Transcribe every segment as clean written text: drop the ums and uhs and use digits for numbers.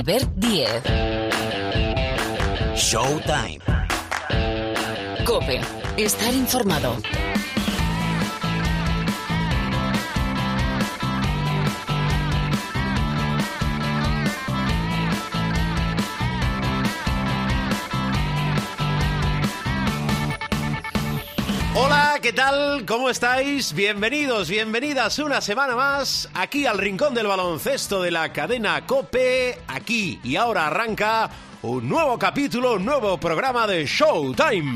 Albert Díez. Showtime. COPE. Estar informado. Hola, ¿qué tal? ¿Cómo estáis? Bienvenidos, bienvenidas una semana más aquí al Rincón del Baloncesto de la cadena COPE. Aquí y ahora arranca un nuevo capítulo, un nuevo programa de Showtime.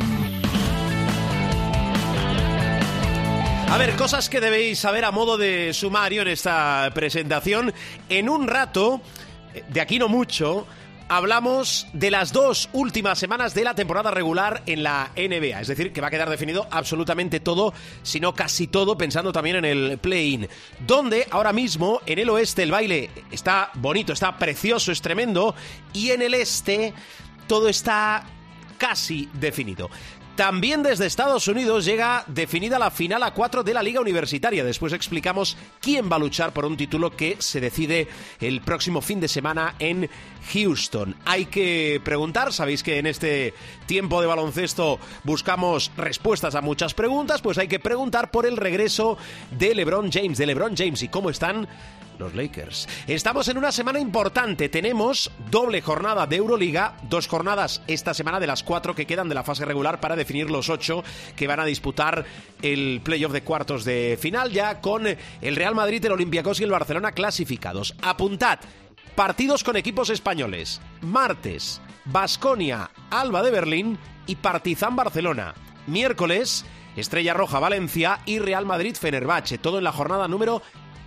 A ver, cosas que debéis saber a modo de sumario en esta presentación. En un rato, de aquí no mucho, hablamos de las dos últimas semanas de la temporada regular en la NBA. Es decir, que va a quedar definido absolutamente todo, si no casi todo, pensando también en el play-in. Donde ahora mismo, en el oeste, el baile está bonito, está precioso, es tremendo. Y en el este, todo está casi definido. También desde Estados Unidos llega definida la final a 4 de la Liga Universitaria. Después explicamos quién va a luchar por un título que se decide el próximo fin de semana en Houston. Hay que preguntar, sabéis que en este tiempo de baloncesto buscamos respuestas a muchas preguntas, pues hay que preguntar por el regreso de LeBron James y cómo están los Lakers. Estamos en una semana importante. Tenemos doble jornada de Euroliga, 2 jornadas esta semana de las 4 que quedan de la fase regular para definir los 8 que van a disputar el playoff de cuartos de final, ya con el Real Madrid, el Olympiacos y el Barcelona clasificados. Apuntad, partidos con equipos españoles. Martes, Baskonia, Alba de Berlín y Partizan Barcelona. Miércoles, Estrella Roja Valencia y Real Madrid Fenerbahce. Todo en la jornada número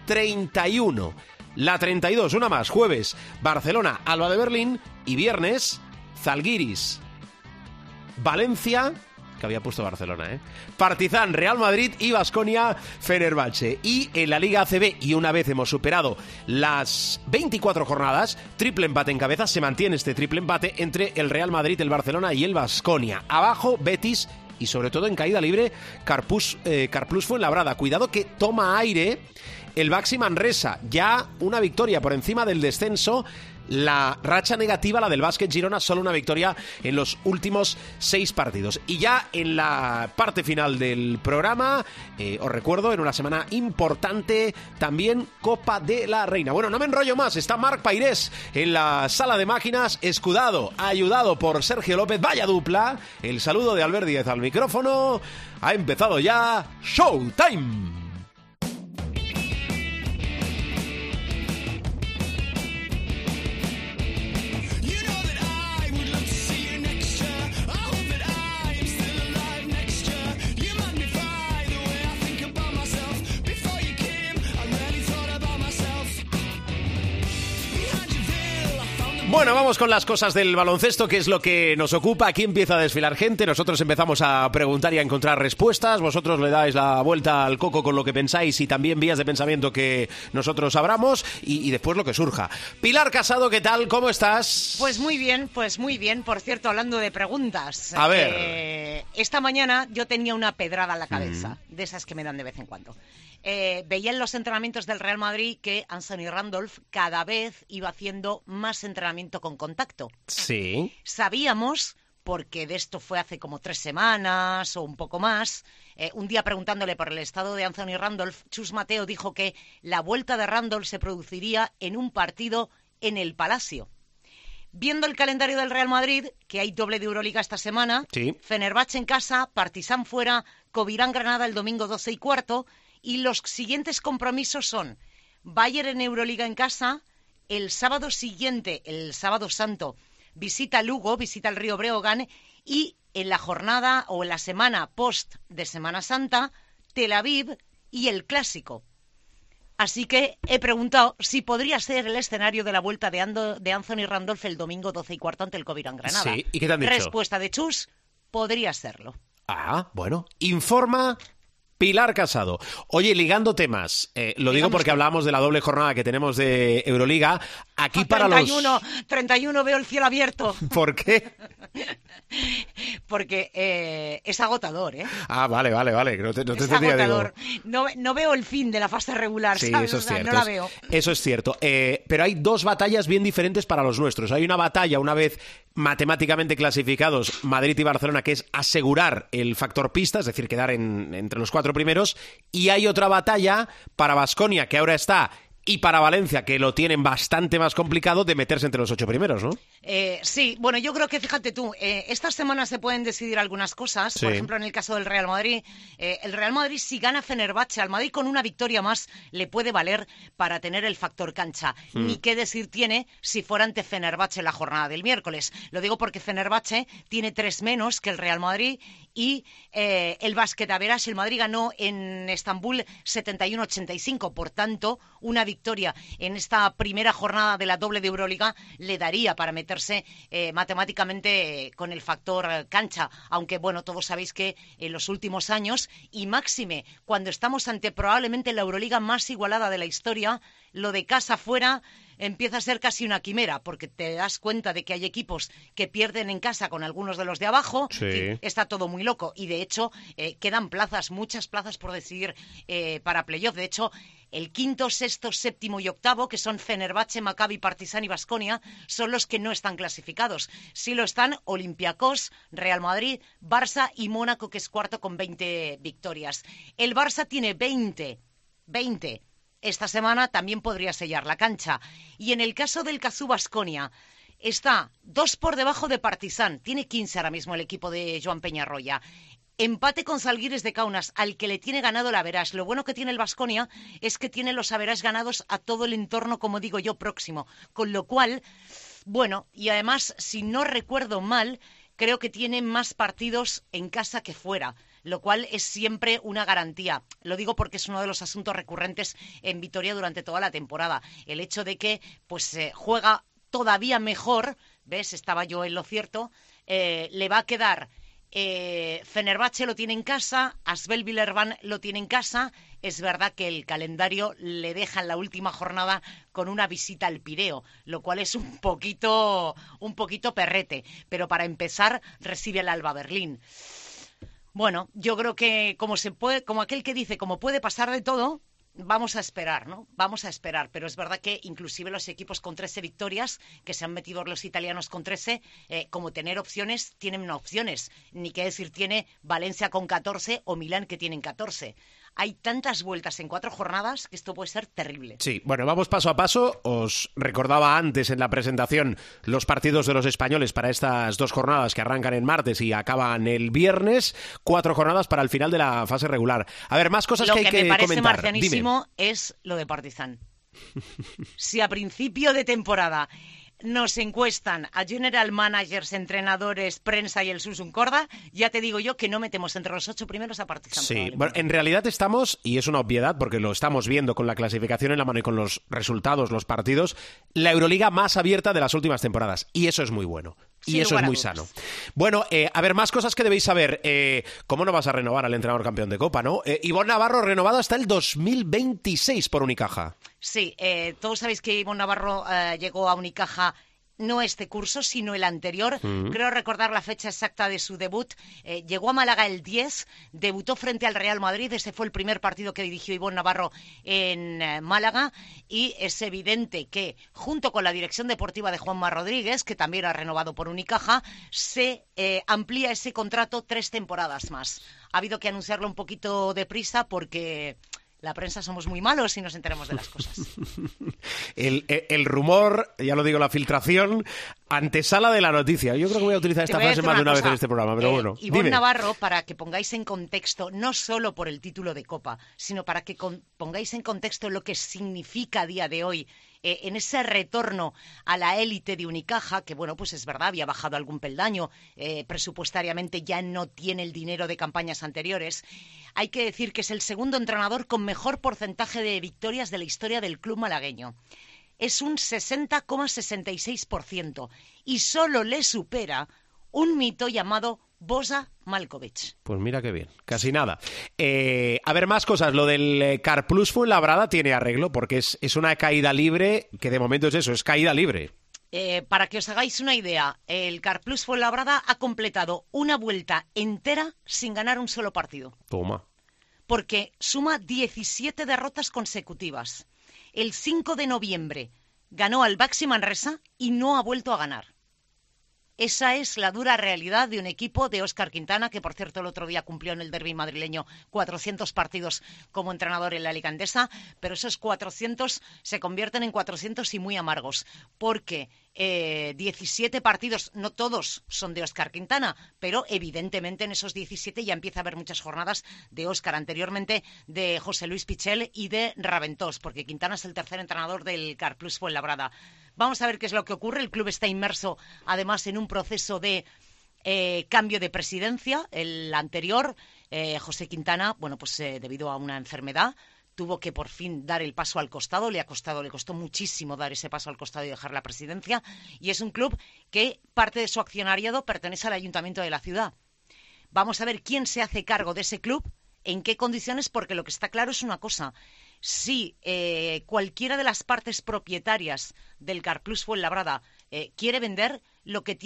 31. La 32, una más, jueves, Barcelona, Alba de Berlín y viernes, Zalgiris, Valencia, que había puesto Barcelona, Partizan, Real Madrid y Baskonia, Fenerbahce. Y en la Liga ACB, y una vez hemos superado las 24 jornadas, triple empate en cabeza, se mantiene este triple empate entre el Real Madrid, el Barcelona y el Baskonia. Abajo, Betis y sobre todo en caída libre, Carplus Fuenlabrada. Cuidado que toma aire el Baxi Manresa, ya una victoria por encima del descenso. La racha negativa, la del Básquet Girona, solo una victoria en los últimos 6 partidos. Y ya en la parte final del programa, os recuerdo, en una semana importante, también Copa de la Reina. Bueno, no me enrollo más, está Marc Pairés en la sala de máquinas, escudado, ayudado por Sergio López. Vaya dupla, el saludo de Albert Díez al micrófono. Ha empezado ya Showtime. Bueno, vamos con las cosas del baloncesto, que es lo que nos ocupa. Aquí empieza a desfilar gente, nosotros empezamos a preguntar y a encontrar respuestas, vosotros le dais la vuelta al coco con lo que pensáis y también vías de pensamiento que nosotros abramos y después lo que surja. Pilar Casado, ¿qué tal? ¿Cómo estás? Pues muy bien. Por cierto, hablando de preguntas. A ver. Esta mañana yo tenía una pedrada en la cabeza, de esas que me dan de vez en cuando. Veía en los entrenamientos del Real Madrid que Anthony Randolph cada vez iba haciendo más entrenamiento con contacto. Sí. Sabíamos, porque de esto fue hace como 3 semanas o un poco más, un día preguntándole por el estado de Anthony Randolph, Chus Mateo dijo que la vuelta de Randolph se produciría en un partido en el Palacio. Viendo el calendario del Real Madrid, que hay doble de Euroliga esta semana, sí. Fenerbahce en casa, Partizan fuera, Covirán Granada el domingo 12:15, y los siguientes compromisos son Bayern en Euroliga en casa, el sábado siguiente, el sábado santo, visita Lugo, visita el Río Breogán, y en la jornada o en la semana post de Semana Santa, Tel Aviv y el Clásico. Así que he preguntado si podría ser el escenario de la vuelta de Anthony Randolph el domingo 12:15 ante el Covirán Granada. Sí, ¿y qué te han dicho? Respuesta de Chus, podría serlo. Ah, bueno. Informa Pilar Casado. Oye, ligando temas, lo digo porque hablábamos de la doble jornada que tenemos de Euroliga. Aquí para 31 veo el cielo abierto. ¿Por qué? Porque es agotador, ¿eh? Ah, vale. No te Es entendía, agotador. digo. No veo el fin de la fase regular, Sí, ¿sabes? eso es O sea, cierto. no la veo. Eso es cierto. Pero hay dos batallas bien diferentes para los nuestros. Hay una batalla, una vez matemáticamente clasificados, Madrid y Barcelona, que es asegurar el factor pista, es decir, quedar entre los 4 primeros. Y hay otra batalla para Baskonia, que ahora está, y para Valencia, que lo tienen bastante más complicado, de meterse entre los 8 primeros, ¿no? Sí, bueno, yo creo que, fíjate tú, estas semanas se pueden decidir algunas cosas. Sí. Por ejemplo, en el caso del Real Madrid, el Real Madrid, si gana Fenerbahce, al Madrid con una victoria más le puede valer para tener el factor cancha. Ni qué decir tiene si fuera ante Fenerbahce la jornada del miércoles. Lo digo porque Fenerbahce tiene 3 menos que el Real Madrid y el básquet Average, el Madrid ganó en Estambul 71-85, por tanto, una victoria en esta primera jornada de la doble de Euroliga le daría para meterse matemáticamente con el factor cancha, aunque bueno, todos sabéis que en los últimos años, y máxime cuando estamos ante probablemente la Euroliga más igualada de la historia, lo de casa fuera empieza a ser casi una quimera, porque te das cuenta de que hay equipos que pierden en casa con algunos de los de abajo. Sí. Está todo muy loco y de hecho quedan plazas, muchas plazas por decidir para playoff. De hecho, el quinto, sexto, séptimo y octavo, que son Fenerbahce, Maccabi, Partizan y Baskonia, son los que no están clasificados. Sí lo están Olympiacos, Real Madrid, Barça y Mónaco, que es cuarto con 20 victorias. El Barça tiene 20. Esta semana también podría sellar la cancha. Y en el caso del Cazú Baskonia, está 2 por debajo de Partizan. Tiene 15 ahora mismo el equipo de Joan Peñarroya. Empate con Zalgiris de Kaunas, al que le tiene ganado el average. Lo bueno que tiene el Baskonia es que tiene los average ganados a todo el entorno, como digo yo, próximo. Con lo cual, bueno, y además, si no recuerdo mal, creo que tiene más partidos en casa que fuera, lo cual es siempre una garantía. Lo digo porque es uno de los asuntos recurrentes en Vitoria durante toda la temporada. El hecho de que pues juega todavía mejor, ¿ves? Estaba yo en lo cierto, le va a quedar... Fenerbahce lo tiene en casa, Asvel Villerban lo tiene en casa. Es verdad que el calendario le deja en la última jornada con una visita al Pireo, lo cual es un poquito perrete, pero para empezar recibe al Alba Berlín. Bueno, yo creo que como aquel que dice, como puede pasar de todo, vamos a esperar, ¿no? Vamos a esperar, pero es verdad que inclusive los equipos con 13 victorias, que se han metido los italianos con 13, como tener opciones, tienen opciones. Ni qué decir tiene Valencia con 14 o Milán que tienen 14. Hay tantas vueltas en 4 jornadas que esto puede ser terrible. Sí, bueno, vamos paso a paso. Os recordaba antes en la presentación los partidos de los españoles para estas 2 jornadas que arrancan el martes y acaban el viernes. 4 jornadas para el final de la fase regular. A ver, más cosas que hay que comentar. Lo que me parece marcianísimo Dime. es lo de Partizan. Si a principio de temporada nos encuestan a general managers, entrenadores, prensa y el Susun Corda, ya te digo yo que no metemos entre los 8 primeros a Partizan. Sí, bueno, en realidad estamos, y es una obviedad porque lo estamos viendo con la clasificación en la mano y con los resultados, los partidos, la Euroliga más abierta de las últimas temporadas. Y eso es muy bueno. Y Sin eso es lugar a muy dudas. sano. Bueno, a ver, más cosas que debéis saber. ¿Cómo no vas a renovar al entrenador campeón de Copa, no? Ivonne Navarro renovado hasta el 2026 por Unicaja. Sí, todos sabéis que Ivonne Navarro llegó a Unicaja no este curso, sino el anterior. Creo recordar la fecha exacta de su debut. Llegó a Málaga el 10, debutó frente al Real Madrid. Ese fue el primer partido que dirigió Ivonne Navarro en Málaga. Y es evidente que, junto con la dirección deportiva de Juanma Rodríguez, que también ha renovado por Unicaja, se amplía ese contrato 3 temporadas más. Ha habido que anunciarlo un poquito deprisa porque... la prensa somos muy malos y nos enteramos de las cosas. El rumor, ya lo digo, la filtración, antesala de la noticia. Yo creo que voy a utilizar esta frase más de una vez en este programa, pero bueno. Ivonne Dime. Navarro, para que pongáis en contexto, no solo por el título de Copa, sino para que pongáis en contexto lo que significa a día de hoy en ese retorno a la élite de Unicaja, que bueno, pues es verdad, había bajado algún peldaño, presupuestariamente ya no tiene el dinero de campañas anteriores. Hay que decir que es el segundo entrenador con mejor porcentaje de victorias de la historia del club malagueño. Es un 60,66% y solo le supera un mito llamado Boža Maljkovic. Pues mira qué bien, casi nada. A ver, más cosas. Lo del Carplus Fuenlabrada tiene arreglo, porque es una caída libre, que de momento es eso, es caída libre. Para que os hagáis una idea, el Carplus Fuenlabrada ha completado una vuelta entera sin ganar un solo partido. Toma. Porque suma 17 derrotas consecutivas. El 5 de noviembre ganó al Baxi Manresa y no ha vuelto a ganar. Esa es la dura realidad de un equipo de Óscar Quintana, que por cierto el otro día cumplió en el derbi madrileño 400 partidos como entrenador en la Liga Endesa, pero esos 400 se convierten en 400 y muy amargos, porque 17 partidos, no todos son de Óscar Quintana, pero evidentemente en esos 17 ya empieza a haber muchas jornadas de Óscar, anteriormente de José Luis Pichel y de Raventós, porque Quintana es el tercer entrenador del Carplus Fuenlabrada. Vamos a ver qué es lo que ocurre. El club está inmerso, además, en un proceso de cambio de presidencia. El anterior, José Quintana, bueno, pues debido a una enfermedad, tuvo que por fin dar el paso al costado. Le costó muchísimo dar ese paso al costado y dejar la presidencia. Y es un club que parte de su accionariado pertenece al ayuntamiento de la ciudad. Vamos a ver quién se hace cargo de ese club, en qué condiciones, porque lo que está claro es una cosa. Si cualquiera de las partes propietarias del Carplus Fuenlabrada quiere vender, lo que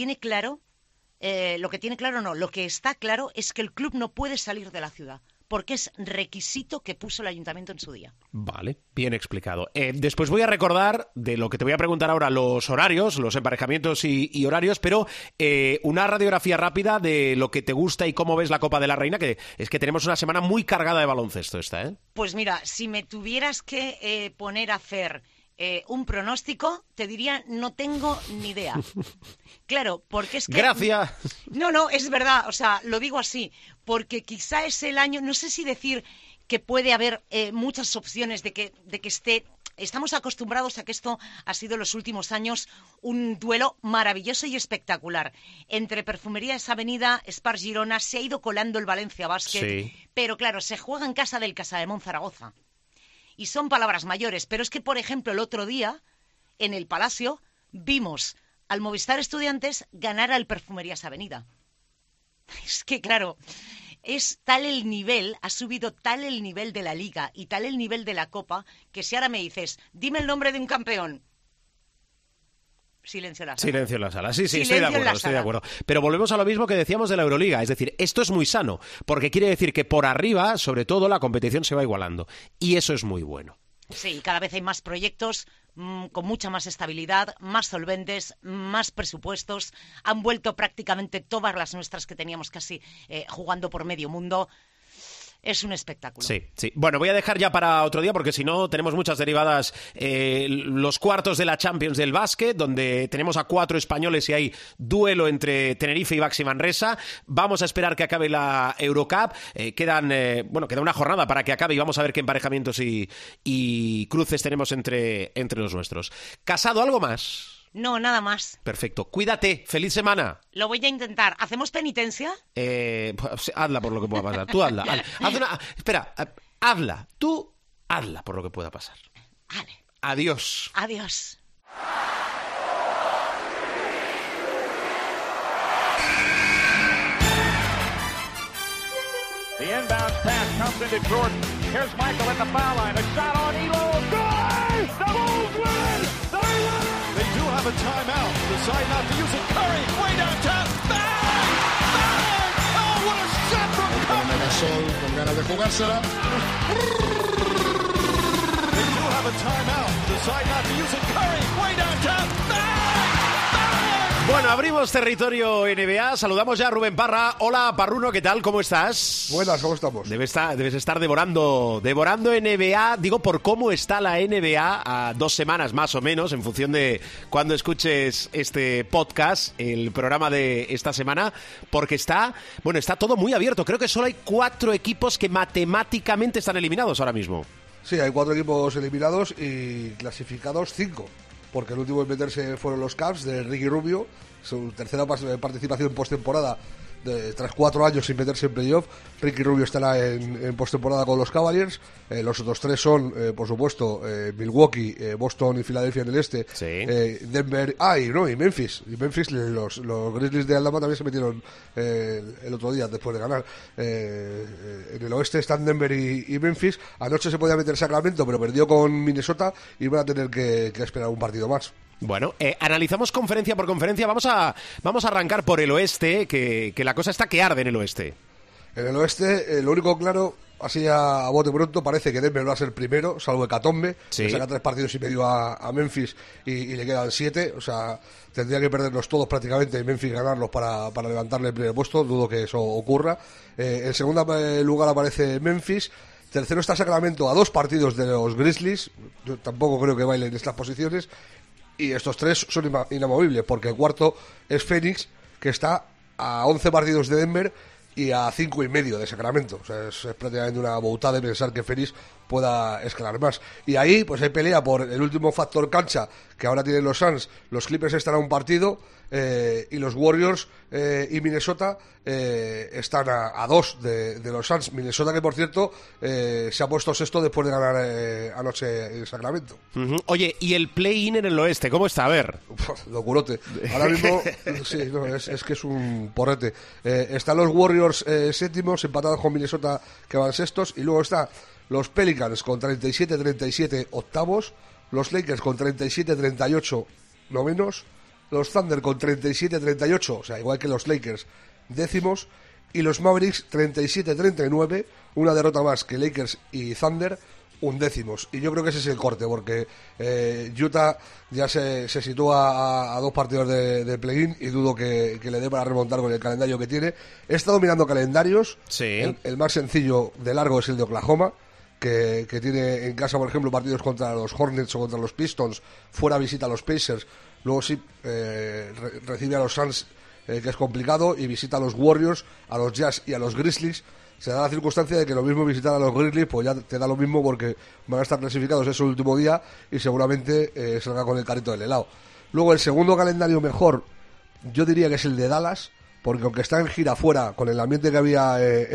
está claro es que el club no puede salir de la ciudad, porque es requisito que puso el ayuntamiento en su día. Vale, bien explicado. Después voy a recordar de lo que te voy a preguntar ahora, los horarios, los emparejamientos y horarios, pero una radiografía rápida de lo que te gusta y cómo ves la Copa de la Reina, que es que tenemos una semana muy cargada de baloncesto esta, ¿eh? Pues mira, si me tuvieras que poner a hacer un pronóstico, te diría, no tengo ni idea. Claro, porque es que... Gracias. No, es verdad, o sea, lo digo así, porque quizá es el año, no sé si decir que puede haber muchas opciones de que esté... Estamos acostumbrados a que esto ha sido en los últimos años un duelo maravilloso y espectacular. Entre Perfumerías Avenida, Spar Girona, se ha ido colando el Valencia Basket, sí. Pero claro, se juega en casa del Casademont Zaragoza. Y son palabras mayores, pero es que, por ejemplo, el otro día, en el Palacio, vimos al Movistar Estudiantes ganar al Perfumerías Avenida. Es que, claro, es tal el nivel, ha subido tal el nivel de la Liga y tal el nivel de la Copa, que si ahora me dices, dime el nombre de un campeón. Silencio en la sala. Silencio en la sala. Sí, estoy de acuerdo. Pero volvemos a lo mismo que decíamos de la Euroliga. Es decir, esto es muy sano, porque quiere decir que por arriba, sobre todo, la competición se va igualando. Y eso es muy bueno. Sí, cada vez hay más proyectos con mucha más estabilidad, más solventes, más presupuestos. Han vuelto prácticamente todas las nuestras que teníamos casi jugando por medio mundo. Es un espectáculo. Sí. Bueno, voy a dejar ya para otro día porque si no tenemos muchas derivadas. Los cuartos de la Champions del básquet, donde tenemos a 4 españoles y hay duelo entre Tenerife y Baxi Manresa. Vamos a esperar que acabe la Eurocup. Queda una jornada para que acabe y vamos a ver qué emparejamientos y cruces tenemos entre los nuestros. ¿Casado, algo más? No, nada más. Perfecto. Cuídate. ¡Feliz semana! Lo voy a intentar. ¿Hacemos penitencia? Hazla por lo que pueda pasar. Tú hazla. Hazla. Tú hazla por lo que pueda pasar. Vale. Adiós. Adiós. The inbound pass comes into Jordan. Here's Michael at the foul line. A shot on Elo. Good! The Bulls win! They win! They do have a timeout. Decide not to use it. Curry way downtown. Bang! Bang! Oh, what a shot from Curry! Gasol con ganas de jugársela. They do have a timeout. Decide not to use it. Curry way downtown. Bang! Bueno, abrimos territorio NBA. Saludamos ya a Rubén Parra. Hola, Parruno, ¿qué tal? ¿Cómo estás? Buenas, ¿cómo estamos? Debes estar devorando NBA. Digo, por cómo está la NBA a 2 semanas más o menos, en función de cuando escuches este podcast, el programa de esta semana, porque está todo muy abierto. Creo que solo hay 4 equipos que matemáticamente están eliminados ahora mismo. Sí, hay 4 equipos eliminados y clasificados 5. Porque el último en meterse fueron los Cavs de Ricky Rubio, su tercera participación en postemporada tras 4 años sin meterse en playoff. Ricky Rubio estará en postemporada con los Cavaliers. Los otros 3 son, por supuesto, Milwaukee, Boston y Filadelfia en el este. Sí. Denver, y Memphis. Y Memphis, los Grizzlies de Aldama también se metieron el otro día después de ganar. En el oeste están Denver y Memphis. Anoche se podía meter Sacramento, pero perdió con Minnesota y van a tener que esperar un partido más. Bueno, analizamos conferencia por conferencia. Vamos a arrancar por el oeste, que la cosa está que arde en el oeste. En el oeste, lo único claro, así a bote pronto, parece que Denver va a ser primero, salvo Hecatombe. Sí. Le saca 3 partidos y medio a Memphis y le quedan 7. O sea, tendría que perderlos todos prácticamente y Memphis ganarlos para levantarle el primer puesto. Dudo que eso ocurra. En segundo lugar aparece Memphis. Tercero está Sacramento a 2 partidos de los Grizzlies. Yo tampoco creo que bailen estas posiciones. Y estos 3 son inamovibles, porque el cuarto es Phoenix, que está a 11 partidos de Denver y a 5,5 de Sacramento. O sea, es prácticamente una boutada de pensar que Phoenix pueda escalar más. Y ahí, pues hay pelea por el último factor cancha que ahora tienen los Suns. Los Clippers están a un partido y los Warriors y Minnesota están a 2 de los Suns. Minnesota, que por cierto se ha puesto sexto después de ganar anoche en Sacramento. Oye, ¿y el play-in en el oeste? ¿Cómo está? A ver. Locurote. Ahora mismo, sí, no, es que es un porrete. Están los Warriors séptimos, empatados con Minnesota, que van sextos, y luego está los Pelicans con 37-37 octavos, los Lakers con 37-38 novenos, los Thunder con 37-38, o sea, igual que los Lakers, décimos, y los Mavericks 37-39, una derrota más que Lakers y Thunder, undécimos. Y yo creo que ese es el corte, porque Utah ya se sitúa a 2 partidos de play-in y dudo que le dé para remontar con el calendario que tiene. He estado mirando calendarios. Sí. El más sencillo de largo es el de Oklahoma, que tiene en casa, por ejemplo, partidos contra los Hornets o contra los Pistons, fuera visita a los Pacers, luego sí recibe a los Suns, que es complicado, y visita a los Warriors, a los Jazz y a los Grizzlies. Se da la circunstancia de que lo mismo visitar a los Grizzlies, pues ya te da lo mismo, porque van a estar clasificados ese último día y seguramente salga con el carrito del helado. Luego el segundo calendario mejor, yo diría que es el de Dallas, porque aunque está en gira fuera, con el ambiente que había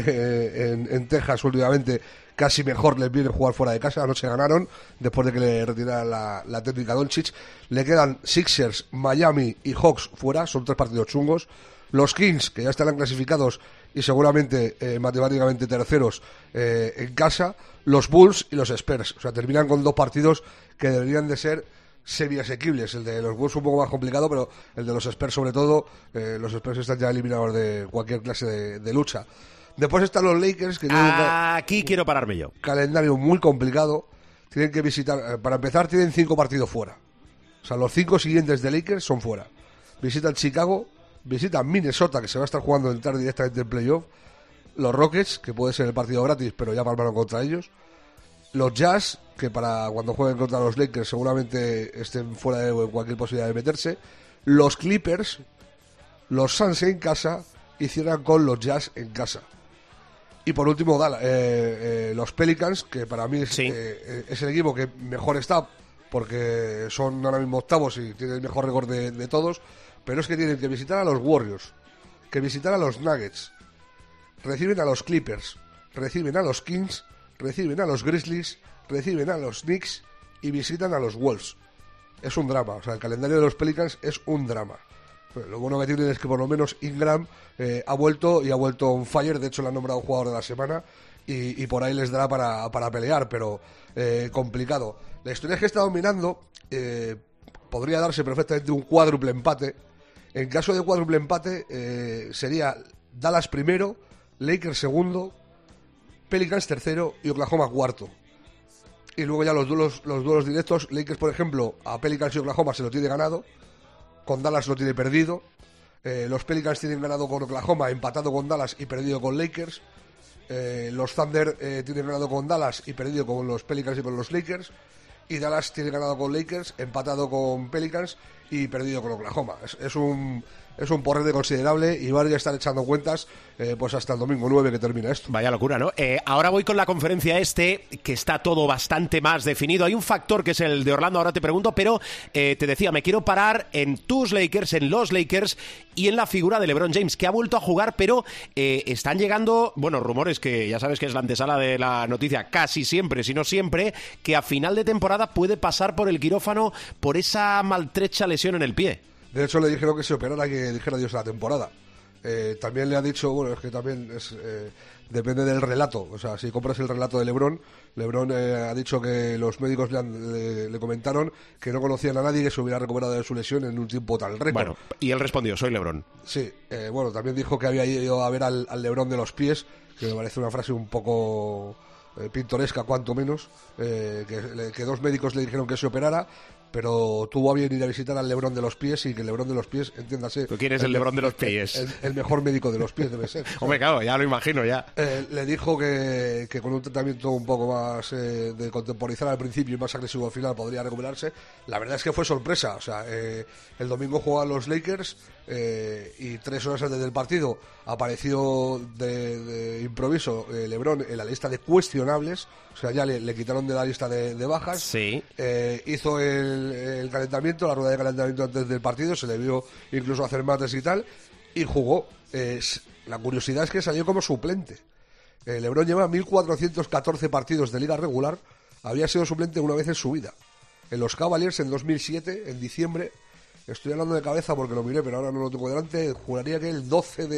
en Texas últimamente, casi mejor les viene jugar fuera de casa. Anoche ganaron, después de que le retiraran la técnica Doncic. Le quedan Sixers, Miami y Hawks fuera, son 3 partidos chungos. Los Kings, que ya estarán clasificados y seguramente matemáticamente terceros en casa. Los Bulls y los Spurs. O sea, terminan con 2 partidos que deberían de ser semi-asequibles. El de los Bulls un poco más complicado, pero el de los Spurs sobre todo. Los Spurs están ya eliminados de cualquier clase de lucha. Después están los Lakers, que tienen Aquí quiero pararme yo. calendario muy complicado. Tienen que visitar, para empezar, tienen 5 partidos fuera. O sea, los 5 siguientes de Lakers son fuera. Visitan Chicago, visitan Minnesota, que se va a estar jugando entrar directamente en playoff. Los Rockets, que puede ser el partido gratis, pero ya palmaron contra ellos. Los Jazz, que para cuando jueguen contra los Lakers seguramente estén fuera de cualquier posibilidad de meterse. Los Clippers, los Suns en casa, y cierran con los Jazz en casa. Y por último, los Pelicans, que para mí es el equipo que mejor está, porque son ahora mismo octavos y tienen el mejor récord de todos, pero es que tienen que visitar a los Warriors, que visitar a los Nuggets, reciben a los Clippers, reciben a los Kings, reciben a los Grizzlies, reciben a los Knicks y visitan a los Wolves. Es un drama, o sea, el calendario de los Pelicans es un drama. Lo bueno que tienen es que por lo menos Ingram ha vuelto on fire. De hecho le han nombrado jugador de la semana y por ahí les dará para pelear, pero complicado. La historia es que está dominando. Podría darse perfectamente un cuádruple empate. En caso de cuádruple empate sería Dallas primero, Lakers segundo, Pelicans tercero y Oklahoma cuarto. Y luego ya los duelos directos. Lakers, por ejemplo, a Pelicans y Oklahoma se lo tiene ganado, con Dallas lo tiene perdido. Los Pelicans tienen ganado con Oklahoma, empatado con Dallas y perdido con Lakers. Los Thunder tienen ganado con Dallas y perdido con los Pelicans y con los Lakers. Y Dallas tiene ganado con Lakers, empatado con Pelicans y perdido con Oklahoma. Es un porrete considerable y van a estar echando cuentas pues hasta el domingo 9 que termina esto. Vaya locura, ¿no? Ahora voy con la conferencia que está todo bastante más definido. Hay un factor que es el de Orlando, ahora te pregunto, pero te decía, me quiero parar en tus Lakers, en los Lakers y en la figura de LeBron James, que ha vuelto a jugar, pero están llegando, bueno, rumores que ya sabes que es la antesala de la noticia casi siempre, si no siempre, que a final de temporada puede pasar por el quirófano por esa maltrecha lesión en el pie. De hecho, le dijeron que se operara, que dijera adiós a la temporada. También le ha dicho, bueno, es que también depende del relato. O sea, si compras el relato de LeBron ha dicho que los médicos le comentaron que no conocían a nadie que se hubiera recuperado de su lesión en un tiempo tan récord. Bueno, y él respondió, soy LeBron. Sí, bueno, también dijo que había ido a ver al LeBron de los pies, que me parece una frase un poco pintoresca, cuanto menos, que dos médicos le dijeron que se operara, pero tuvo a bien ir a visitar al LeBron de los pies y que el LeBron de los pies, entiéndase... ¿Quién es el LeBron de los pies? El mejor médico de los pies debe ser. Hombre, claro, ya lo imagino, ya. Le dijo que con un tratamiento un poco más de contemporizar al principio y más agresivo al final podría recuperarse. La verdad es que fue sorpresa. O sea, el domingo jugaban los Lakers y 3 horas antes del partido apareció de improviso LeBron en la lista de cuestionables. O sea, ya le quitaron de la lista de bajas. Sí. Hizo el calentamiento, la rueda de calentamiento antes del partido, se le vio incluso hacer mates y tal, y jugó. La curiosidad es que salió como suplente. LeBron lleva 1.414 partidos de liga regular, había sido suplente una vez en su vida. En los Cavaliers en 2007, en diciembre, estoy hablando de cabeza porque lo miré, pero ahora no lo tengo delante, juraría que el 12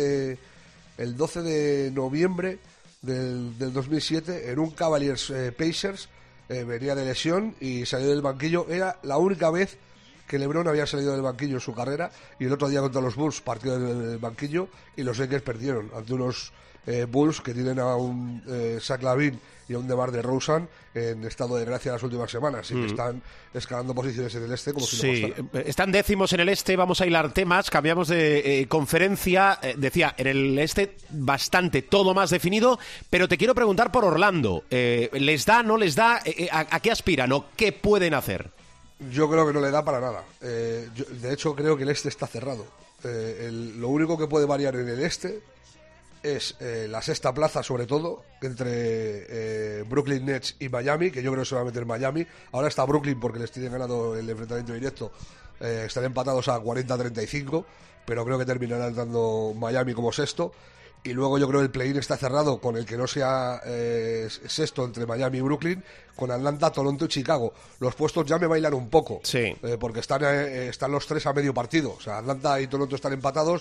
de noviembre del 2007, en un Cavaliers Pacers, venía de lesión y salió del banquillo. Era la única vez que LeBron había salido del banquillo en su carrera, y el otro día contra los Bulls partió del banquillo y los Lakers perdieron ante unos Bulls que tienen a un Zach LaVine y a un DeMar DeRozan en estado de gracia las últimas semanas, y que están escalando posiciones en el este como si no costara. Están décimos en el este. Vamos a hilar temas, cambiamos de conferencia. Decía, en el este bastante todo más definido, pero te quiero preguntar por Orlando. ¿Les da, no les da? ¿A qué aspiran o qué pueden hacer? Yo creo que no le da para nada. De hecho, creo que el este está cerrado. Lo único que puede variar en el este es la sexta plaza, sobre todo, entre Brooklyn Nets y Miami, que yo creo que se va a meter Miami. Ahora está Brooklyn porque les tienen ganado el enfrentamiento directo. Están empatados a 40-35, pero creo que terminarán dando Miami como sexto. Y luego yo creo que el play-in está cerrado con el que no sea sexto entre Miami y Brooklyn, con Atlanta, Toronto y Chicago. Los puestos ya me bailan un poco, sí, porque están los tres a medio partido. O sea, Atlanta y Toronto están empatados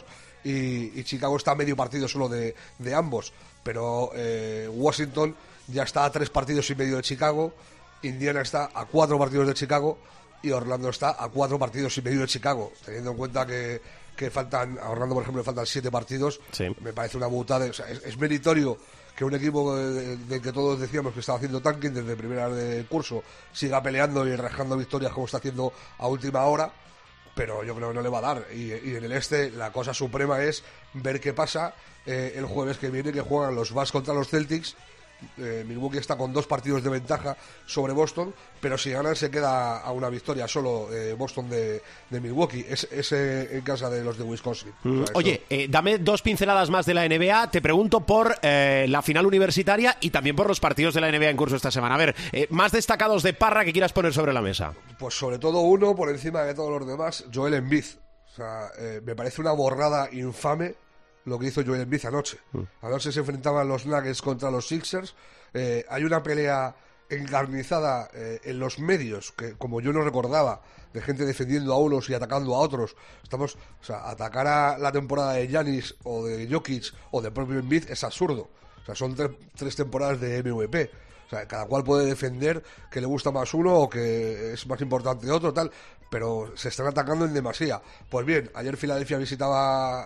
y Chicago está a medio partido solo de ambos. Pero Washington ya está a 3 partidos y medio de Chicago, Indiana está a 4 partidos de Chicago y Orlando está a 4 partidos y medio de Chicago, teniendo en cuenta que faltan, a Orlando por ejemplo le faltan 7 partidos, sí. Me parece una butada. O sea, es meritorio que un equipo de que todos decíamos que estaba haciendo tanking desde primera del curso siga peleando y rajando victorias como está haciendo a última hora, pero yo creo que no le va a dar. Y en el este la cosa suprema es ver qué pasa el jueves que viene, que juegan los Bucks contra los Celtics. Milwaukee está con 2 partidos de ventaja sobre Boston, pero si ganan se queda a una victoria solo Boston de Milwaukee. Es en casa de los de Wisconsin. Oye, dame 2 pinceladas más de la NBA. Te pregunto por la final universitaria y también por los partidos de la NBA en curso esta semana. A ver, más destacados de Parra que quieras poner sobre la mesa. Pues sobre todo uno, por encima de todos los demás, Joel Embiid. O sea, me parece una borrada infame lo que hizo Joel Embiid anoche. Anoche se enfrentaban los Nuggets contra los Sixers. Hay una pelea encarnizada en los medios, que como yo no recordaba, de gente defendiendo a unos y atacando a otros. O sea, atacar a la temporada de Giannis o de Jokic o de propio Embiid es absurdo. O sea, son 3 temporadas de MVP. O sea, cada cual puede defender que le gusta más uno o que es más importante otro, tal, pero se están atacando en demasía. Pues bien, ayer Filadelfia visitaba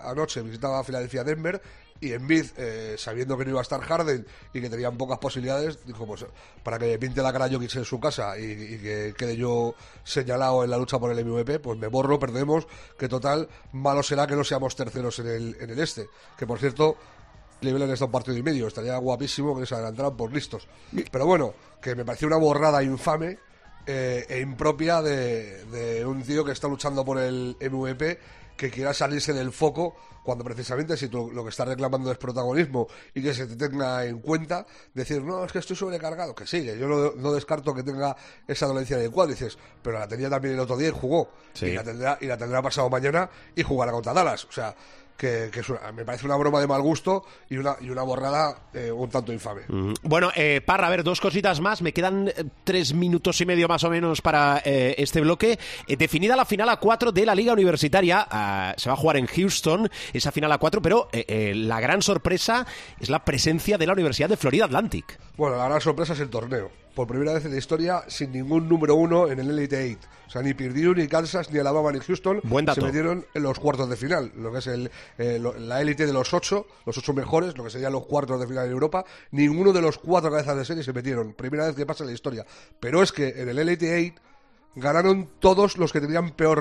a Filadelfia-Denver, y Embiid, sabiendo que no iba a estar Harden y que tenían pocas posibilidades, dijo, pues para que me pinte la cara Jokic en su casa y que quede yo señalado en la lucha por el MVP, pues me borro, perdemos, que total, malo será que no seamos terceros en el este. Que por cierto, Cleveland está un partido y medio, estaría guapísimo que les adelantaran por listos. Pero bueno, que me pareció una borrada infame e impropia de un tío que está luchando por el MVP, que quiera salirse del foco cuando precisamente si tú lo que estás reclamando es protagonismo y que se te tenga en cuenta, decir, no, es que estoy sobrecargado, que sí, que yo no descarto que tenga esa dolencia del cual, dices, pero la tenía también el otro día y jugó, sí. y la tendrá pasado mañana y jugará contra Dallas, o sea, que me parece una broma de mal gusto y una borrada un tanto infame. Bueno, Parra, a ver, 2 cositas más. Me quedan 3 minutos y medio más o menos para este bloque. Definida la final a 4 de la Liga Universitaria, se va a jugar en Houston, esa final a 4, pero la gran sorpresa es la presencia de la Universidad de Florida Atlantic. Bueno, la gran sorpresa es el torneo. Por primera vez en la historia, sin ningún número 1 en el Elite 8. O sea, ni Purdue, ni Kansas, ni Alabama, ni Houston se metieron en los cuartos de final. Lo que es la élite de los 8 mejores, lo que serían los cuartos de final en Europa. Ninguno de los 4 cabezas de serie se metieron. Primera vez que pasa en la historia. Pero es que en el Elite 8 ganaron todos los que tenían peor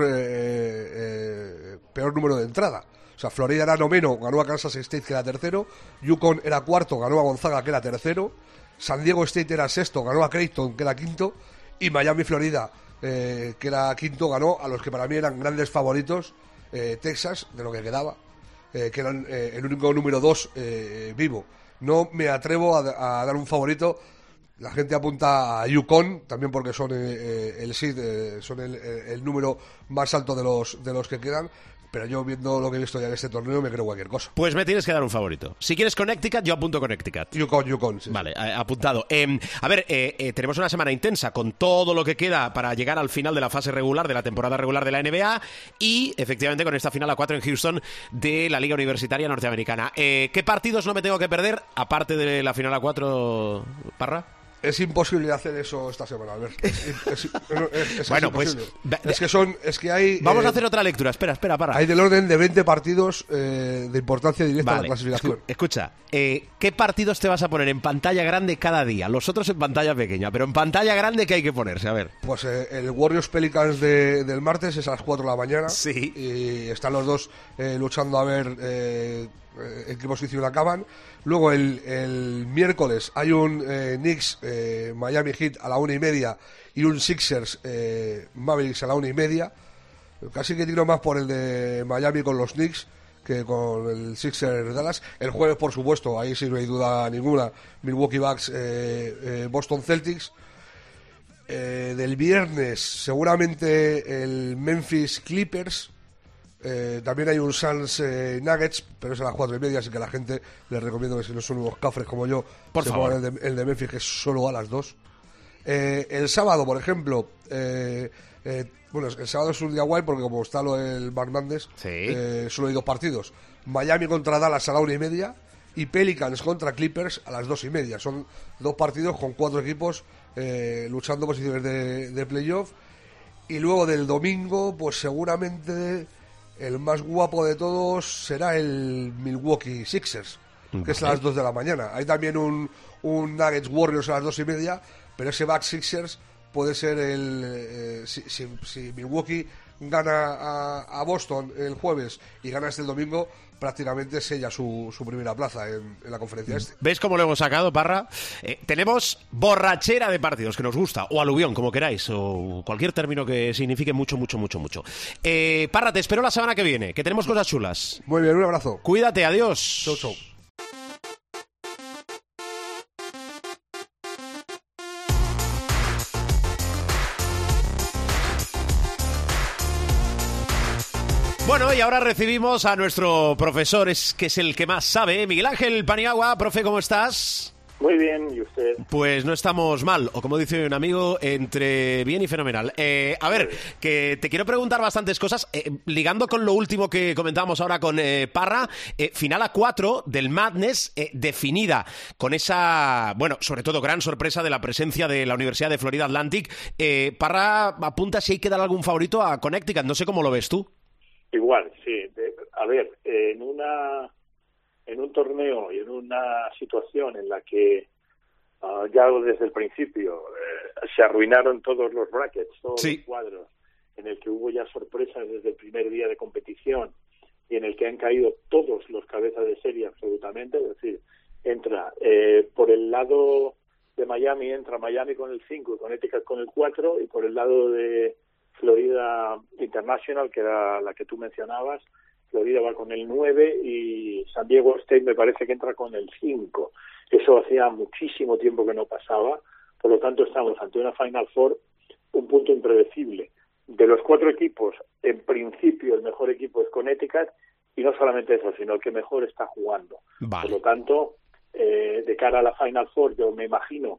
número de entrada. O sea, Florida era noveno, ganó a Kansas State, que era tercero. Yukon era cuarto, ganó a Gonzaga, que era tercero. San Diego State era sexto, ganó a Creighton, que era quinto. Y Miami, Florida, que era quinto, ganó a los que para mí eran grandes favoritos, Texas, de lo que quedaba, que eran el único número 2 vivo. No me atrevo a dar un favorito. La gente apunta a Yukon, también porque son el seed, son el número más alto de los que quedan. Pero yo, viendo lo que he visto ya en este torneo, me creo cualquier cosa. Pues me tienes que dar un favorito. Si quieres Connecticut, yo apunto Connecticut. Yukon, sí. Vale, apuntado. A ver, tenemos una semana intensa con todo lo que queda para llegar al final de la fase regular, de la temporada regular de la NBA, y efectivamente con esta final a 4 en Houston de la Liga Universitaria Norteamericana. ¿Qué partidos no me tengo que perder, aparte de la final a 4, Parra? Es imposible hacer eso esta semana, Albert. Bueno, imposible. Pues es que hay. Vamos a hacer otra lectura. Espera, Parra. Hay del orden de 20 partidos de importancia directa a la clasificación. Escucha, ¿qué partidos te vas a poner en pantalla grande cada día? Los otros en pantalla pequeña, pero en pantalla grande, ¿qué hay que ponerse? A ver. Pues el Warriors Pelicans del martes es a las 4 de la mañana. Sí. Y están los dos luchando a ver en qué posición acaban. Luego el miércoles hay un Knicks Miami Heat a la 1:30 y un Sixers Mavericks a la 1:30. Casi que tiro más por el de Miami con los Knicks que con el Sixers Dallas. El jueves, por supuesto, ahí sí no hay duda ninguna, Milwaukee Bucks Boston Celtics. Del viernes seguramente el Memphis Clippers. También hay un Suns Nuggets, pero es a las 4:30, así que a la gente les recomiendo que si no son unos cafres como yo, por favor, pongan el de Memphis, que es solo a las 2. El sábado, por ejemplo, bueno, el sábado es un día guay porque como está lo del Hernández, solo hay 2 partidos. Miami contra Dallas a la 1:30 y Pelicans contra Clippers a las 2:30. Son 2 partidos con 4 equipos luchando posiciones de playoff. Y luego del domingo, pues seguramente el más guapo de todos será el Milwaukee Sixers, que es a las 2 de la mañana. Hay también un Nuggets Warriors a las 2:30, pero ese Bucks Sixers puede ser si Milwaukee gana a Boston el jueves y gana el domingo, prácticamente sella su primera plaza en la conferencia este. ¿Ves cómo lo hemos sacado, Parra? Tenemos borrachera de partidos, que nos gusta, o aluvión, como queráis, o cualquier término que signifique mucho. Parra, te espero la semana que viene, que tenemos cosas chulas. Muy bien, un abrazo. Cuídate, adiós. Chau. Bueno, y ahora recibimos a nuestro profesor, que es el que más sabe, Miguel Ángel Paniagua. Profe, ¿cómo estás? Muy bien, ¿y usted? Pues no estamos mal, o como dice un amigo, entre bien y fenomenal. A ver, que te quiero preguntar bastantes cosas, ligando con lo último que comentábamos ahora con Parra, final a 4 del Madness, definida con esa, bueno, sobre todo gran sorpresa de la presencia de la Universidad de Florida Atlantic. Parra apunta si hay que dar algún favorito a Connecticut, no sé cómo lo ves tú. Igual, sí. A ver, en un torneo y en una situación en la que ya desde el principio se arruinaron todos los brackets, todos los cuadros, en el que hubo ya sorpresas desde el primer día de competición y en el que han caído todos los cabezas de serie absolutamente, es decir, entra por el lado de Miami entra Miami con el 5 y Connecticut con el 4, y por el lado de Florida International, que era la que tú mencionabas, Florida va con el 9 y San Diego State me parece que entra con el 5. Eso hacía muchísimo tiempo que no pasaba, por lo tanto estamos ante una Final Four un punto impredecible. De los 4 equipos, en principio el mejor equipo es Connecticut, y no solamente eso, sino el que mejor está jugando. Vale. Por lo tanto, de cara a la Final Four, yo me imagino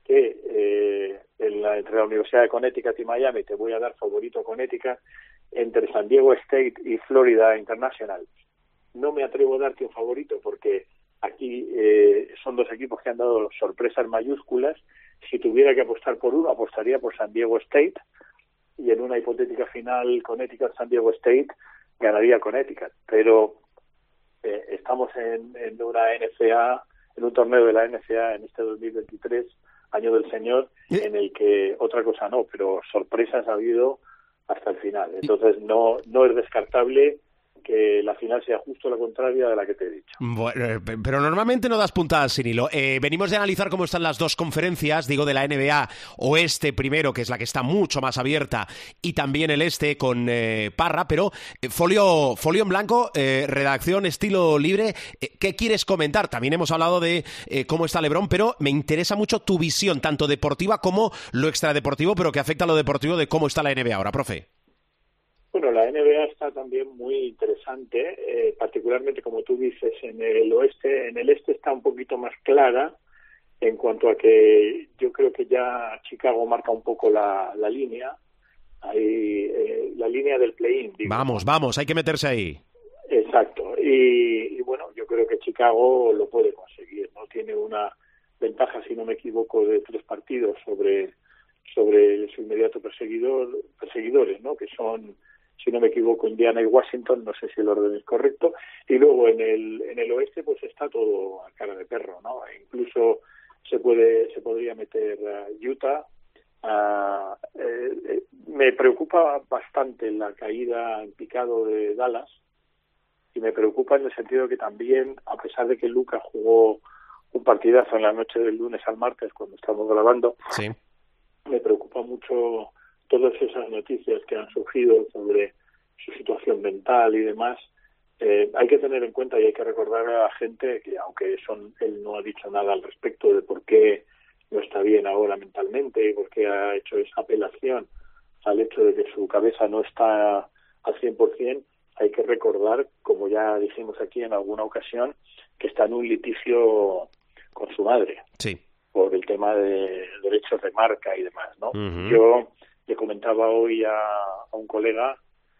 que entre la Universidad de Connecticut y Miami te voy a dar favorito a Connecticut. Entre San Diego State y Florida International no me atrevo a darte un favorito, porque aquí son 2 equipos que han dado sorpresas mayúsculas. Si tuviera que apostar por uno, apostaría por San Diego State, y en una hipotética final Connecticut-San Diego State ganaría Connecticut. Pero estamos en una NCAA, en un torneo de la NCAA en este 2023, año del Señor, en el que otra cosa no, pero sorpresas ha habido hasta el final. Entonces no es descartable que la final sea justo la contraria de la que te he dicho. Bueno, pero normalmente no das puntadas sin hilo. Venimos de analizar cómo están las 2 conferencias, digo de la NBA Oeste primero, que es la que está mucho más abierta, y también el Este con Parra, pero folio en blanco, redacción estilo libre, ¿qué quieres comentar? También hemos hablado de cómo está LeBron, pero me interesa mucho tu visión, tanto deportiva como lo extradeportivo, pero que afecta a lo deportivo, de cómo está la NBA ahora, profe. Bueno, la NBA está también muy interesante, particularmente como tú dices en el oeste. En el este está un poquito más clara, en cuanto a que yo creo que ya Chicago marca un poco la línea, ahí, la línea del play-in. Digo. Vamos, hay que meterse ahí. Exacto, y bueno, yo creo que Chicago lo puede conseguir, ¿no? Tiene una ventaja, si no me equivoco, de 3 partidos sobre su inmediato perseguidores, ¿no? Que son, si no me equivoco, Indiana y Washington, no sé si el orden es correcto, y luego en el oeste pues está todo a cara de perro, ¿no? E incluso se podría meter Utah. Me preocupa bastante la caída en picado de Dallas, y me preocupa en el sentido que también, a pesar de que Luka jugó un partidazo en la noche del lunes al martes cuando estamos grabando, sí, me preocupa mucho todas esas noticias que han surgido sobre su situación mental y demás. Hay que tener en cuenta y hay que recordar a la gente que, aunque él no ha dicho nada al respecto de por qué no está bien ahora mentalmente y por qué ha hecho esa apelación al hecho de que su cabeza no está al 100%, hay que recordar, como ya dijimos aquí en alguna ocasión, que está en un litigio con su madre. Sí. Por el tema de derechos de marca y demás, ¿no? Uh-huh. Yo le comentaba hoy a un colega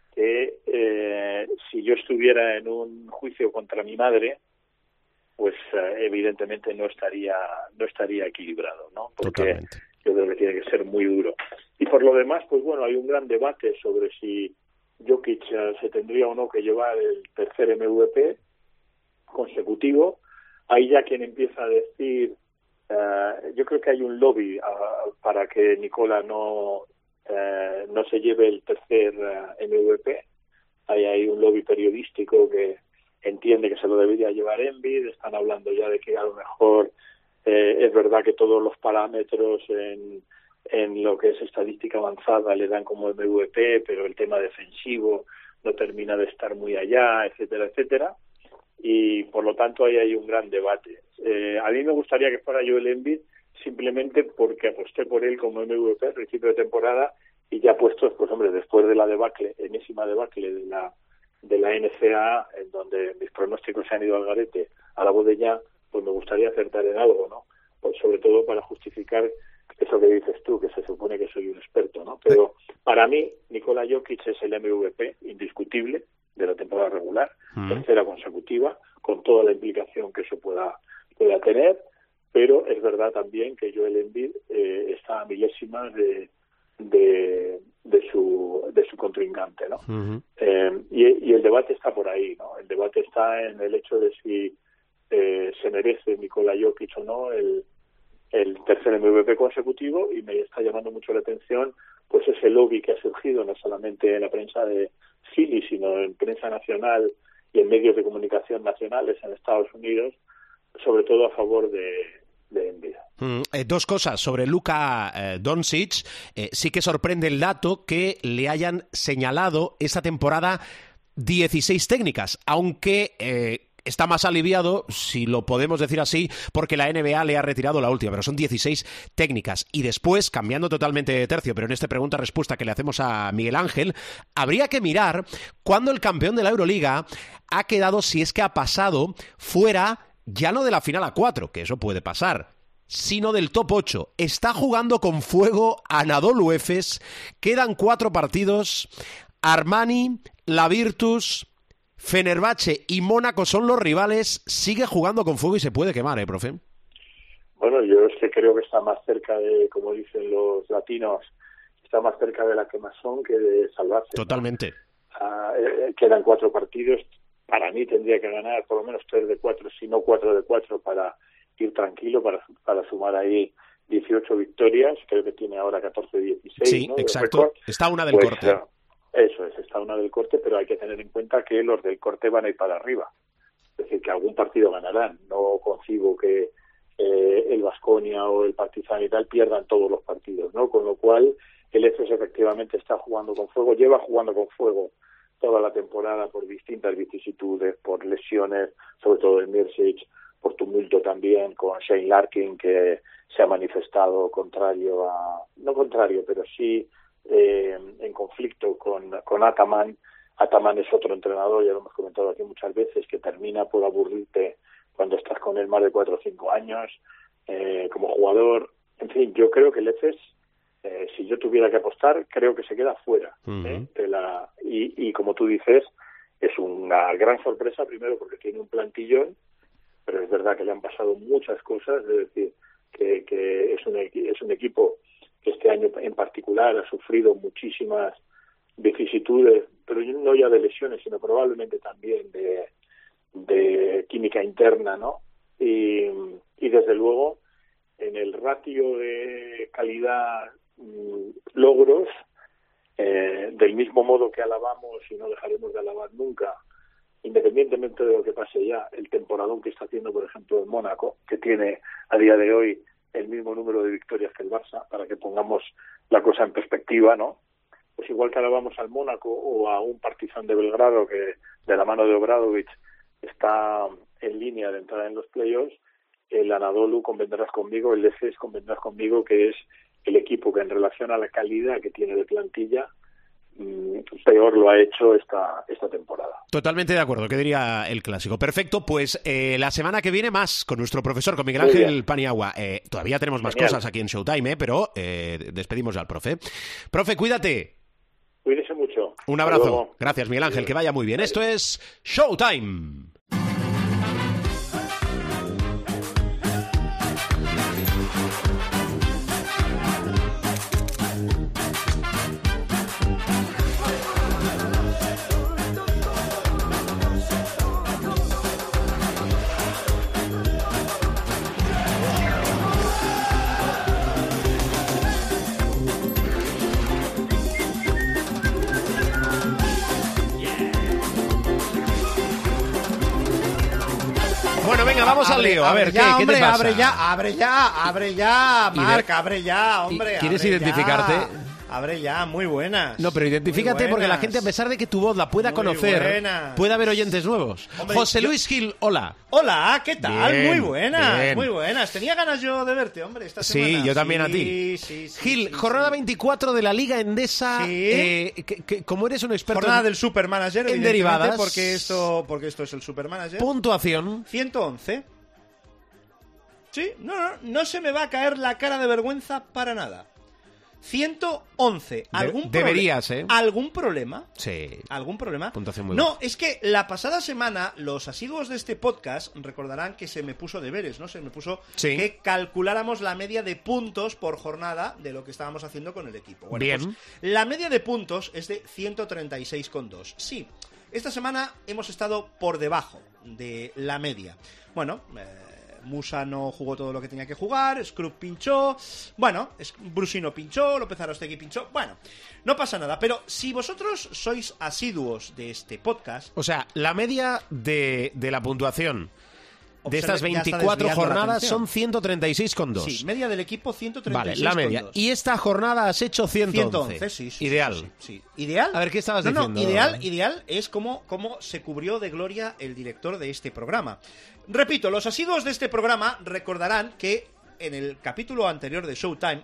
que si yo estuviera en un juicio contra mi madre, pues evidentemente no estaría equilibrado, ¿no? Porque Totalmente. Yo creo que tiene que ser muy duro. Y por lo demás, pues bueno, hay un gran debate sobre si Jokic se tendría o no que llevar el tercer MVP consecutivo. Ahí ya quien empieza a decir, yo creo que hay un lobby para que Nikola no se lleve el tercer MVP. Hay un lobby periodístico que entiende que se lo debería llevar Embiid. Están hablando ya de que a lo mejor es verdad que todos los parámetros en lo que es estadística avanzada le dan como MVP, pero el tema defensivo no termina de estar muy allá, etcétera, etcétera. Y por lo tanto ahí hay un gran debate. A mí me gustaría que fuera Joel Embiid, simplemente porque aposté por él como MVP al principio de temporada, y ya puestos, pues hombre, después de la enésima debacle de la NCAA, en donde mis pronósticos se han ido al garete a la voz de ya, pues me gustaría acertar en algo, ¿no? Pues sobre todo para justificar eso que dices tú, que se supone que soy un experto, ¿no? Pero para mí, Nikola Jokic es el MVP indiscutible de la temporada regular, tercera consecutiva, con toda la implicación que eso pueda tener, pero es verdad también que Joel Embiid está a milésimas de su contrincante, ¿no? Uh-huh. Y el debate está por ahí, ¿no? El debate está en el hecho de si se merece Nikola Jokic o no el tercer MVP consecutivo, y me está llamando mucho la atención pues ese lobby que ha surgido no solamente en la prensa de Philly, sino en prensa nacional y en medios de comunicación nacionales en Estados Unidos, sobre todo a favor de Embiid. Dos cosas sobre Luka Doncic. Sí que sorprende el dato que le hayan señalado esta temporada 16 técnicas, aunque está más aliviado, si lo podemos decir así, porque la NBA le ha retirado la última, pero son 16 técnicas. Y después, cambiando totalmente de tercio, pero en esta pregunta-respuesta que le hacemos a Miguel Ángel, habría que mirar cuándo el campeón de la Euroliga ha quedado, si es que ha pasado, fuera ya no de la final a 4, que eso puede pasar, sino del top 8. Está jugando con fuego Anadolu Efes, quedan 4 partidos, Armani, la Virtus, Fenerbahce y Mónaco son los rivales, sigue jugando con fuego y se puede quemar, profe. Bueno, yo es que creo que está más cerca de, como dicen los latinos, está más cerca de la quemazón que de salvarse. Totalmente. Quedan 4 partidos, para mí tendría que ganar por lo menos 3 de 4, si no 4 de 4 para ir tranquilo, para sumar ahí 18 victorias, creo que tiene ahora 14-16. Sí, ¿no? Exacto, está una del corte. Eso es, está una del corte, pero hay que tener en cuenta que los del corte van a ir para arriba. Es decir, que algún partido ganarán. No concibo que el Baskonia o el Partizan y tal pierdan todos los partidos, ¿no? Con lo cual, el Efes efectivamente está jugando con fuego, lleva jugando con fuego toda la temporada por distintas vicisitudes, por lesiones, sobre todo en Mircic, por tumulto también con Shane Larkin, que se ha manifestado no contrario, pero sí en conflicto con Ataman. Ataman es otro entrenador, ya lo hemos comentado aquí muchas veces, que termina por aburrirte cuando estás con él más de 4 o 5 años como jugador. En fin, yo creo que el Efes, si yo tuviera que apostar, creo que se queda fuera. Y como tú dices, es una gran sorpresa, primero porque tiene un plantillón, pero es verdad que le han pasado muchas cosas, es decir, que es un equipo que este año en particular ha sufrido muchísimas vicisitudes, pero no ya de lesiones, sino probablemente también de química interna, ¿no? Y desde luego, en el ratio de calidad logros, del mismo modo que alabamos y no dejaremos de alabar nunca, independientemente de lo que pase ya, el temporadón que está haciendo, por ejemplo, el Mónaco, que tiene a día de hoy el mismo número de victorias que el Barça, para que pongamos la cosa en perspectiva, ¿no? Pues igual que alabamos al Mónaco o a un Partizan de Belgrado que de la mano de Obradovic está en línea de entrar en los playoffs, el Anadolu, convendrás conmigo, el Efes, convendrás conmigo que es el equipo que en relación a la calidad que tiene de plantilla peor lo ha hecho esta temporada. Totalmente de acuerdo, que diría el clásico. Perfecto, pues la semana que viene más con nuestro profesor, con Miguel Ángel Paniagua. Todavía tenemos más cosas aquí en Showtime, pero despedimos ya al profe. Profe, cuídate. Cuídese mucho. Un abrazo. Gracias, Miguel Ángel, que vaya muy bien. Esto es Showtime. Bueno, venga, vamos al lío. A ver, ¿qué te pasa? Abre ya, Marc, abre ya, hombre. ¿Quieres identificarte? Abre ya, muy buenas. No, pero identifícate porque la gente, a pesar de que tu voz la pueda conocer, puede haber oyentes nuevos. Hombre, José Luis Gil, hola. Hola, ¿qué tal? Bien, muy buenas, bien. Muy buenas. Tenía ganas yo de verte, hombre, esta semana. Sí, yo también a ti. Sí, Gil, jornada 24 de la Liga Endesa. Sí. Como eres un experto jornada del Supermanager, en derivadas, porque esto es el Supermanager. Puntuación 111. Sí, no se me va a caer la cara de vergüenza para nada. 111. Deberías, ¿Algún problema? Sí. ¿Algún problema? Puntuación muy no, baja. es que la pasada semana los asiduos de este podcast recordarán que se me puso deberes, ¿no? Se me puso que calculáramos la media de puntos por jornada de lo que estábamos haciendo con el equipo. Bueno, bien. Pues, la media de puntos es de 136,2. Sí, esta semana hemos estado por debajo de la media. Bueno, Musa no jugó todo lo que tenía que jugar, Scrub pinchó, bueno, Brusino pinchó, López Arostegui pinchó, bueno, no pasa nada, pero si vosotros sois asiduos de este podcast... O sea, la media de la puntuación de estas 24 jornadas son 136,2. Sí, media del equipo 136,2. Vale, la media. Y esta jornada has hecho 111. Sí. Ideal. Sí. ¿Ideal? A ver, ¿qué estabas diciendo? No, ideal es como se cubrió de gloria el director de este programa. Repito, los asiduos de este programa recordarán que en el capítulo anterior de Showtime,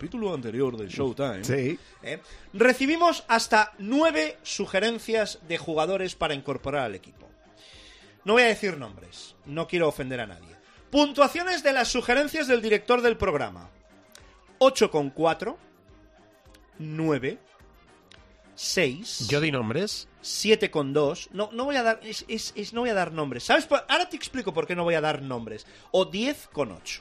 sí, recibimos hasta 9 sugerencias de jugadores para incorporar al equipo. No voy a decir nombres, no quiero ofender a nadie. Puntuaciones de las sugerencias del director del programa: 8,4, 9, 6. Yo di nombres. 7,2. No voy a dar. No voy a dar nombres. ¿Sabes? Ahora te explico por qué no voy a dar nombres. O 10,8.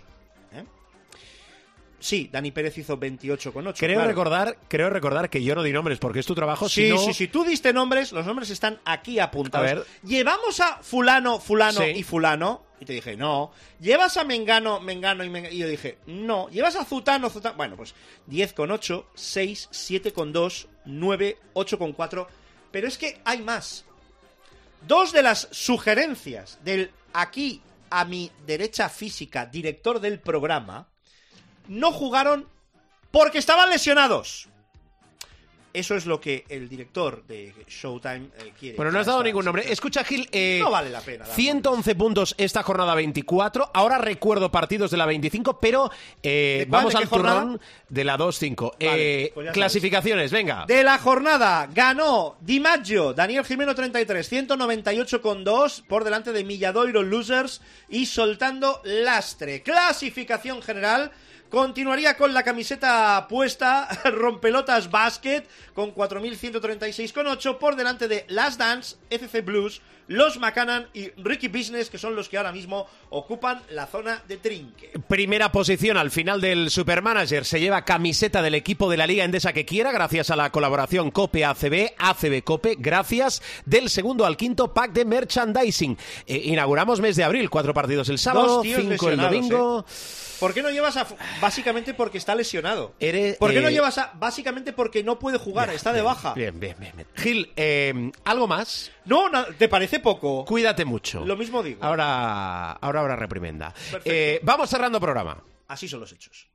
Sí, Dani Pérez hizo 28,8. Creo recordar que yo no di nombres porque es tu trabajo. Sí, sino... sí, tú diste nombres, los nombres están aquí apuntados. A ver. Llevamos a fulano Sí. y fulano, y te dije, no. Llevas a Mengano y yo dije, no. Llevas a Zutano. Bueno, pues 10,8, 6, 7,2, 9, 8,4. Pero es que hay más. 2 de las sugerencias del aquí a mi derecha física, director del programa, no jugaron porque estaban lesionados. Eso es lo que el director de Showtime quiere. Bueno, no has dado ningún nombre. Escucha, Gil, no vale la pena. 111 puntos esta jornada 24. Ahora recuerdo partidos de la 25, pero vamos al turrón de la 2-5. Vale, pues clasificaciones, venga. De la jornada ganó Di Maggio, Daniel Jimeno 33, 198,2 por delante de Milladoiro Losers y Soltando Lastre. Clasificación general. Continuaría con la camiseta puesta Rompelotas Basket con 4.136,8 por delante de Last Dance, FC Blues, Los Macanan y Ricky Business, que son los que ahora mismo ocupan la zona de trinque. Primera posición al final del Supermanager. Se lleva camiseta del equipo de la Liga Endesa que quiera, gracias a la colaboración COPE-ACB, ACB-COPE, gracias del segundo al quinto pack de merchandising. Inauguramos mes de abril, 4 partidos el sábado, 5 el domingo... ¿Por qué no llevas a... Básicamente porque está lesionado. ¿Por qué no llevas a... Básicamente porque no puede jugar, está de baja. Bien. Gil, ¿algo más? No, ¿te parece poco? Cuídate mucho. Lo mismo digo. Ahora habrá reprimenda. Perfecto. Vamos cerrando programa. Así son los hechos.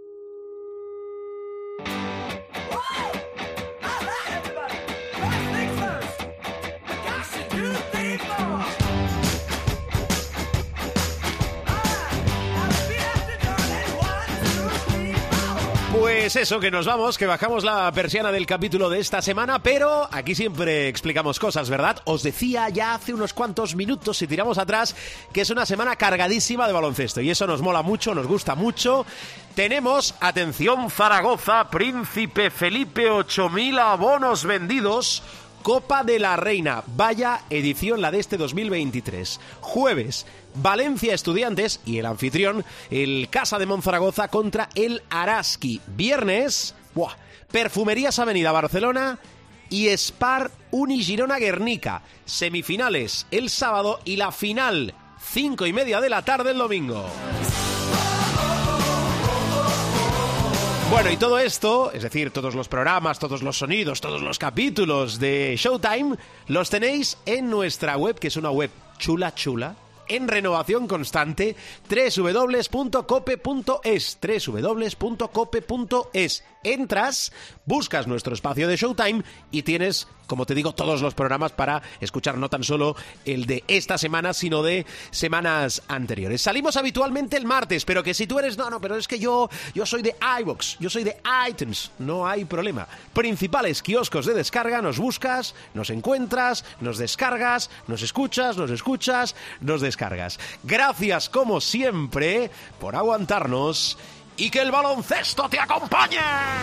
Pues eso, que nos vamos, que bajamos la persiana del capítulo de esta semana, pero aquí siempre explicamos cosas, ¿verdad? Os decía ya hace unos cuantos minutos, si tiramos atrás, que es una semana cargadísima de baloncesto, y eso nos mola mucho, nos gusta mucho. Tenemos, atención Zaragoza, Príncipe Felipe, 8.000 abonos vendidos, Copa de la Reina, vaya edición la de este 2023. Jueves, Valencia Estudiantes y el anfitrión, el Casa de Monzaragoza contra el Araski. Viernes, Perfumerías Avenida Barcelona y Spar Unigirona Guernica. Semifinales el sábado y la final 5:30 de la tarde el domingo. Bueno, y todo esto, es decir, todos los programas, todos los sonidos, todos los capítulos de Showtime, los tenéis en nuestra web, que es una web chula, en renovación constante, www.cope.es, www.cope.es. Entras, buscas nuestro espacio de Showtime y tienes, como te digo, todos los programas para escuchar no tan solo el de esta semana, sino de semanas anteriores. Salimos habitualmente el martes, pero que si tú eres, pero es que yo soy de iVoox, yo soy de iTunes, no hay problema. Principales kioscos de descarga, nos buscas, nos encuentras, nos descargas, nos escuchas, nos descargas. Gracias, como siempre, por aguantarnos y que el baloncesto te acompañe.